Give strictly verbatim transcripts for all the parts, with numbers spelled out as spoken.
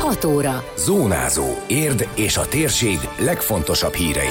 hat óra. Zónázó. Érd és a térség legfontosabb hírei.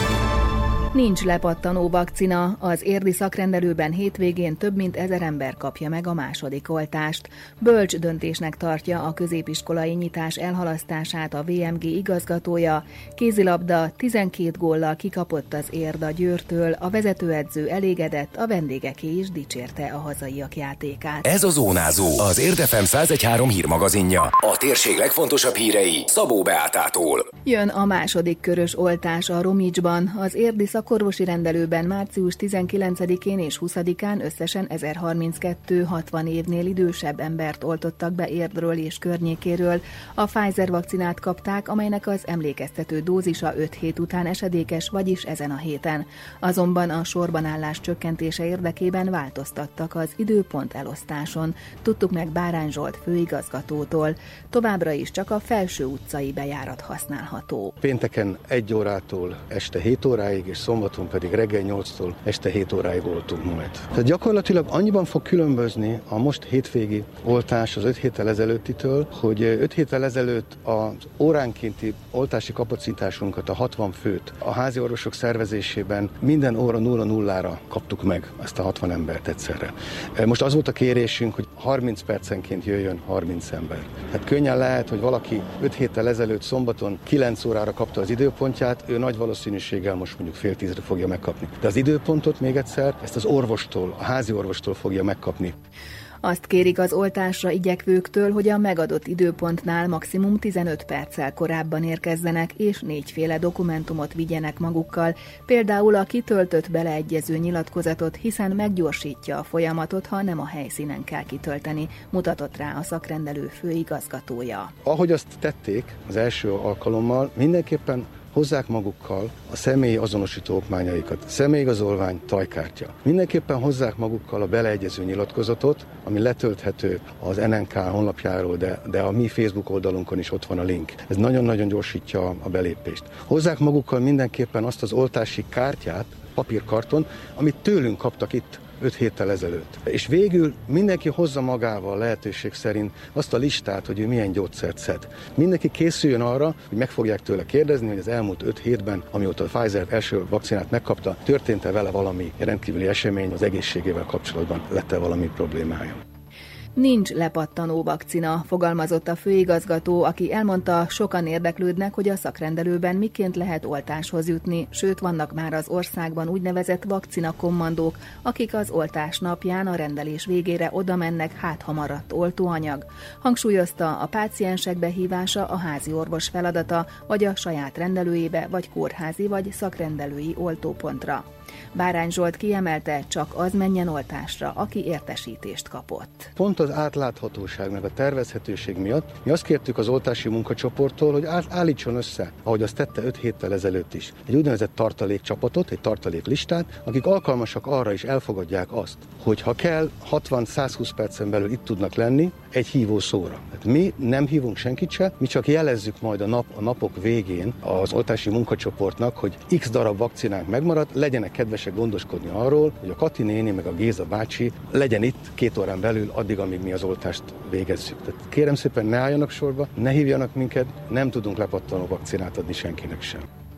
Nincs lepattanó vakcina, az érdi szakrendelőben hétvégén több mint ezer ember kapja meg a második oltást. Bölcs döntésnek tartja a középiskolai nyitás elhalasztását a vé em gé igazgatója. Kézilabda tizenkét góllal kikapott az Érd a Győrtől, a vezetőedző elégedett, a vendégeké is dicsérte a hazaiak játékát. Ez a Zónázó, az Érd ef em száz egy pont három hírmagazinja. A térség legfontosabb hírei Szabó Beátától. Jön a második körös oltás a Romicsban, az érdi szakorvosi rendelőben március tizenkilencedikén és huszadikán összesen ezerharminckettő hatvan évnél idősebb embert oltottak be Érdről és környékéről. A Pfizer vakcinát kapták, amelynek az emlékeztető dózisa öt hét után esedékes, vagyis ezen a héten. Azonban a sorbanállás csökkentése érdekében változtattak az időpont elosztáson. Tudtuk meg Bárány Zsolt főigazgatótól. Továbbra is csak a Felső utcai bejárat használható. Pénteken egy órától este hét óráig, és szombaton pedig reggel nyolctól este hét óráig oltunk majd. Tehát gyakorlatilag annyiban fog különbözni a most hétvégi oltás az öt héttel ezelőttitől, hogy öt héttel ezelőtt az óránkénti oltási kapacitásunkat, a hatvan főt a házi orvosok szervezésében minden óra nulla nullára kaptuk meg ezt a hatvan embert egyszerre. Most az volt a kérésünk, hogy harminc percenként jöjjön harminc ember. Hát könnyen lehet, hogy valaki öt héttel ezelőtt szombaton kilenc órára kapta az időpontját, ő nagy valószínűséggel most mondjuk fél tízre fogja megkapni. De az időpontot még egyszer ezt az orvostól, a házi orvostól fogja megkapni. Azt kérik az oltásra igyekvőktől, hogy a megadott időpontnál maximum tizenöt perccel korábban érkezzenek, és négyféle dokumentumot vigyenek magukkal, például a kitöltött beleegyező nyilatkozatot, hiszen meggyorsítja a folyamatot, ha nem a helyszínen kell kitölteni, mutatott rá a szakrendelő főigazgatója. Ahogy azt tették az első alkalommal, mindenképpen hozzák magukkal a személyi azonosító okmányaikat, személyigazolvány, tajkártya. Mindenképpen hozzák magukkal a beleegyező nyilatkozatot, ami letölthető az en en ká honlapjáról, de, de a mi Facebook oldalunkon is ott van a link. Ez nagyon-nagyon gyorsítja a belépést. Hozzák magukkal mindenképpen azt az oltási kártyát, papírkarton, amit tőlünk kaptak itt öt héttel ezelőtt. És végül mindenki hozza magával lehetőség szerint azt a listát, hogy ő milyen gyógyszert szed. Mindenki készüljön arra, hogy meg fogják tőle kérdezni, hogy az elmúlt öt hétben, amióta a Pfizer első vakcinát megkapta, történt-e vele valami rendkívüli esemény, az egészségével kapcsolatban lett-e valami problémája. Nincs lepattanó vakcina, fogalmazott a főigazgató, aki elmondta, sokan érdeklődnek, hogy a szakrendelőben miként lehet oltáshoz jutni, sőt vannak már az országban úgynevezett vakcinakommandók, akik az oltás napján a rendelés végére oda mennek, hát ha maradt oltóanyag. Hangsúlyozta, a páciensek behívása a házi orvos feladata, vagy a saját rendelőjébe, vagy kórházi, vagy szakrendelői oltópontra. Bárány Zsolt kiemelte, csak az menjen oltásra, aki értesítést kapott. Pont az átláthatóság meg a tervezhetőség miatt mi azt kértük az oltási munkacsoporttól, hogy állítson össze, ahogy azt tette öt héttel ezelőtt is, egy úgynevezett tartalékcsapatot, egy tartaléklistát, akik alkalmasak arra is elfogadják azt, hogy ha kell, hatvan-százhúsz percen belül itt tudnak lenni egy hívó szóra. Hát mi nem hívunk senkit se, mi csak jelezzük majd a, nap, a napok végén az oltási munkacsoportnak, hogy x darab vakcinánk megmaradt, legyenek kedvesek gondoskodni arról, hogy a Kati néni meg a Géza bácsi legyen itt két órán belül addig, amíg mi az oltást végezzük. Tehát kérem szépen, ne álljanak sorba, ne hívjanak minket, nem tudunk lepattanó vakcinát adni senkinek sem.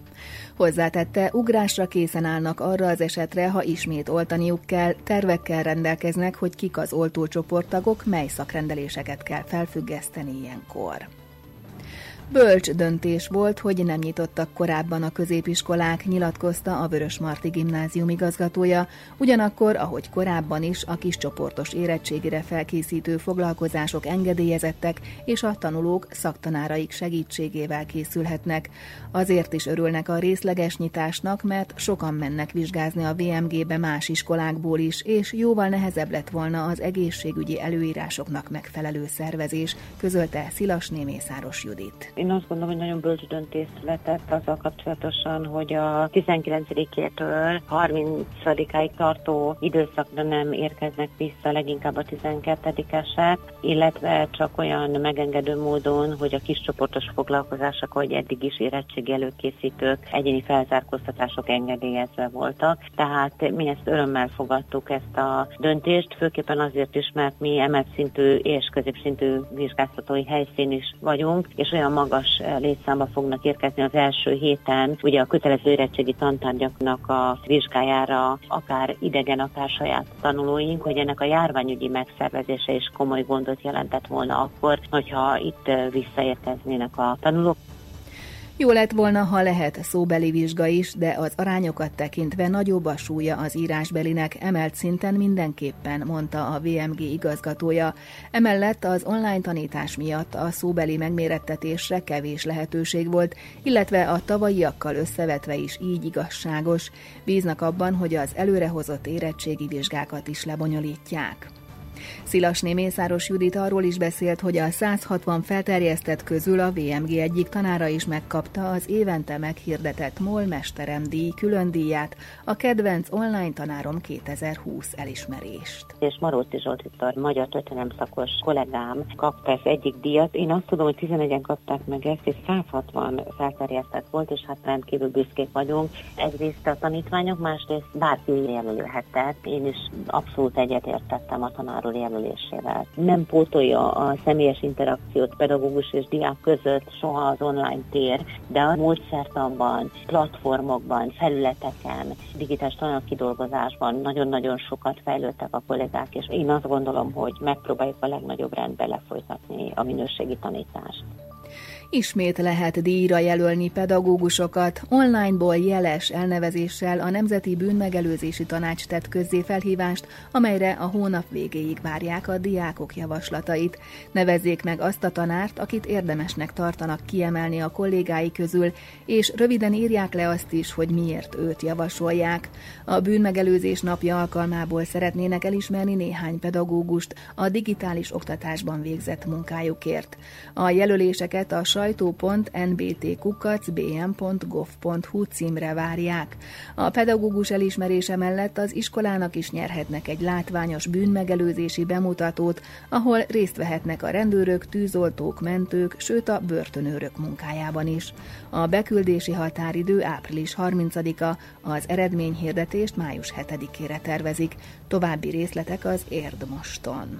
Hozzátette, ugrásra készen állnak arra az esetre, ha ismét oltaniuk kell, tervekkel rendelkeznek, hogy kik az oltócsoporttagok, mely szakrendeléseket kell felfüggeszteni ilyenkor. Bölcs döntés volt, hogy nem nyitottak korábban a középiskolák, nyilatkozta a Vörösmarty Gimnázium igazgatója, ugyanakkor, ahogy korábban is, a kiscsoportos érettségire felkészítő foglalkozások engedélyezettek, és a tanulók szaktanáraik segítségével készülhetnek. Azért is örülnek a részleges nyitásnak, mert sokan mennek vizsgázni a vé em gébe más iskolákból is, és jóval nehezebb lett volna az egészségügyi előírásoknak megfelelő szervezés, közölte Szilasné Mészáros Judit. Én azt gondolom, hogy nagyon bölcs döntés született azzal kapcsolatosan, hogy a tizenkilencedikétől harmincadikáig tartó időszakra nem érkeznek vissza, leginkább a tizenkettedikesek, illetve csak olyan megengedő módon, hogy a kiscsoportos foglalkozások, ahogy eddig is érettségi előkészítők, egyéni felzárkóztatások engedélyezve voltak. Tehát mi ezt örömmel fogadtuk, ezt a döntést, főképpen azért is, mert mi emelt szintű és középszintű vizsgáztatói helyszín is vagyunk, és olyan magas létszámba fognak érkezni az első héten, ugye a kötelező érettségi tantárgyaknak a vizsgájára akár idegen, akár saját tanulóink, hogy ennek a járványügyi megszervezése is komoly gondot jelentett volna akkor, hogyha itt visszaérkeznének a tanulók. Jó lett volna, ha lehet szóbeli vizsga is, de az arányokat tekintve nagyobb a súlya az írásbelinek, emelt szinten mindenképpen, mondta a vé em gé igazgatója. Emellett az online tanítás miatt a szóbeli megmérettetésre kevés lehetőség volt, illetve a tavalyiakkal összevetve is így igazságos. Bíznak abban, hogy az előrehozott érettségi vizsgákat is lebonyolítják. Szilasné Mészáros Judit arról is beszélt, hogy a száz hatvan felterjesztett közül a vé em gé egyik tanára is megkapta az évente meghirdetett MOL mesteremdíj különdíját, a kedvenc online tanárom kétezer-húsz elismerést. És Maróczi Zsolt Viktor, magyar történelem szakos kollégám kapta ezt egyik díjat. Én azt tudom, hogy tizenegyen kapták meg ezt, és száz hatvan felterjesztett volt, és hát rendkívül büszkék vagyunk. Egyrészt a tanítványok, másrészt bárki jelölhetett. Én is abszolút egyetértettem a tanár jelölésével. Nem pótolja a személyes interakciót pedagógus és diák között soha az online tér, de a módszertanban, platformokban, felületeken, digitális tananyagkidolgozásban nagyon-nagyon sokat fejlődtek a kollégák, és én azt gondolom, hogy megpróbáljuk a legnagyobb rendben lefolytatni a minőségi tanítást. Ismét lehet díjra jelölni pedagógusokat. Onlineból jeles elnevezéssel a Nemzeti Bűnmegelőzési Tanács tett közzé felhívást, amelyre a hónap végéig várják a diákok javaslatait. Nevezzék meg azt a tanárt, akit érdemesnek tartanak kiemelni a kollégái közül, és röviden írják le azt is, hogy miért őt javasolják. A Bűnmegelőzés napja alkalmából szeretnének elismerni néhány pedagógust a digitális oktatásban végzett munkájukért. A jelöléseket a sajtó pont en bé té kukac bé em pont gov pont hú címre várják. A pedagógus elismerése mellett az iskolának is nyerhetnek egy látványos bűnmegelőzési bemutatót, ahol részt vehetnek a rendőrök, tűzoltók, mentők, sőt a börtönőrök munkájában is. A beküldési határidő április harmincadika, az eredményhirdetést május hetedikére tervezik. További részletek az Érdmoston.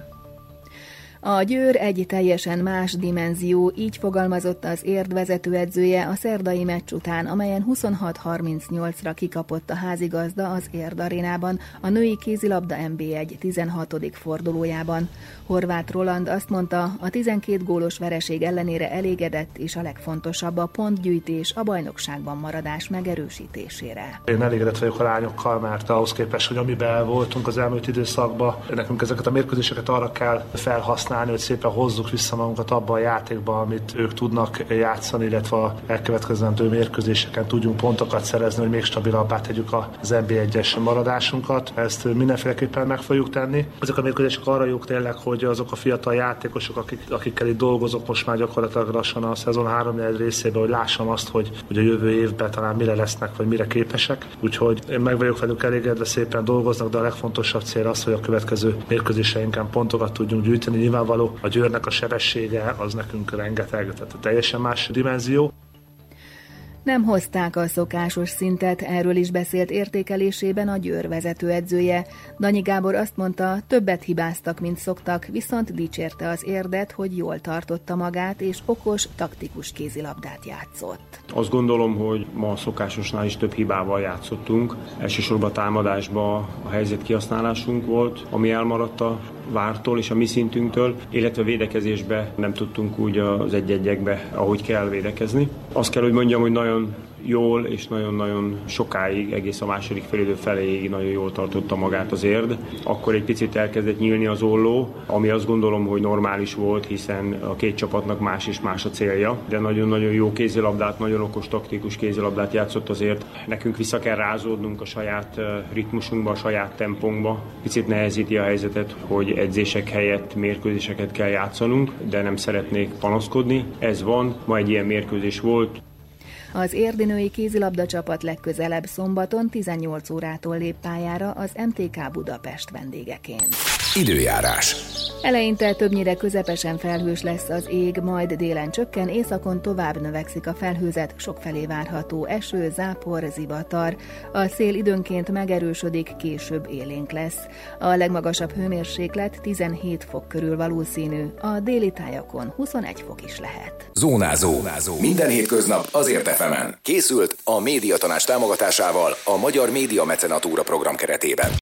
A Győr egy teljesen más dimenzió, így fogalmazott az Érd vezetőedzője a szerdai meccs után, amelyen huszonhat harmincnyolcra kikapott a házigazda az Érd arénában a női kézilabda en bé egy tizenhatodik fordulójában. Horváth Roland azt mondta, a tizenkét gólos vereség ellenére elégedett, és a legfontosabb a pontgyűjtés, a bajnokságban maradás megerősítésére. Én elégedett vagyok a lányokkal, mert ahhoz képest, hogy amiben voltunk az elmúlt időszakban, nekünk ezeket a mérkőzéseket arra kell felhasználni, hogy szépen hozzuk vissza magunkat abba a játékba, amit ők tudnak játszani, illetve a elkövetkezendő mérkőzéseken tudjunk pontokat szerezni, hogy még stabilabbá tegyük az en bé egyes maradásunkat. Ezt mindenféleképpen meg fogjuk tenni. Ezek a mérkőzések arra jók tényleg, hogy azok a fiatal játékosok, akik, akikkel itt dolgozok most már gyakorlatilag lassan a szezon háromnegyed részében, hogy lássam azt, hogy, hogy a jövő évben talán mire lesznek, vagy mire képesek. Úgyhogy én meg vagyok velük elégedve, szépen dolgoznak, de a legfontosabb cél az, hogy a következő mérkőzéseinken pontokat tudjunk gyűjteni. Nyilvánvaló a Győrnek a sebessége az nekünk rengeteg, tehát teljesen más dimenzió. Nem hozták a szokásos szintet, erről is beszélt értékelésében a Győr vezetőedzője. Danyi Gábor azt mondta, többet hibáztak, mint szoktak, viszont dicsérte az Érdet, hogy jól tartotta magát, és okos, taktikus kézilabdát játszott. Azt gondolom, hogy ma a szokásosnál is több hibával játszottunk. Elsősorban a támadásban a helyzet kihasználásunk volt, ami elmaradt a vártól és a mi szintünktől, illetve védekezésbe nem tudtunk úgy az egy-egyekbe, ahogy kell védekezni. Azt kell, hogy mondjam, hogy nagyon jól, és nagyon-nagyon sokáig, egész a második félidő feléig nagyon jól tartotta magát az Érd. Akkor egy picit elkezdett nyílni az olló, ami azt gondolom, hogy normális volt, hiszen a két csapatnak más és más a célja, de nagyon-nagyon jó kézilabdát, nagyon okos taktikus kézilabdát játszott azért. Nekünk vissza kell rázódnunk a saját ritmusunkba, a saját tempónkba. Picit nehezíti a helyzetet, hogy edzések helyett mérkőzéseket kell játszanunk, de nem szeretnék panaszkodni. Ez van, ma egy ilyen mérkőzés volt. Az érdi női kézilabda csapat legközelebb szombaton tizennyolc órától lép pályára az em té ká Budapest vendégeként. Időjárás. Eleinte többnyire közepesen felhős lesz az ég, majd délen csökken, északon tovább növekszik a felhőzet, sokfelé várható eső, zápor, zivatar. A szél időnként megerősödik, később élénk lesz. A legmagasabb hőmérséklet tizenhét fok körül valószínű, a déli tájakon huszonegy fok is lehet. Zónázó. Zónázó. Minden hétköznap az Ért ef emen. Készült a Médiatanács támogatásával a Magyar Média Mecenatúra program keretében.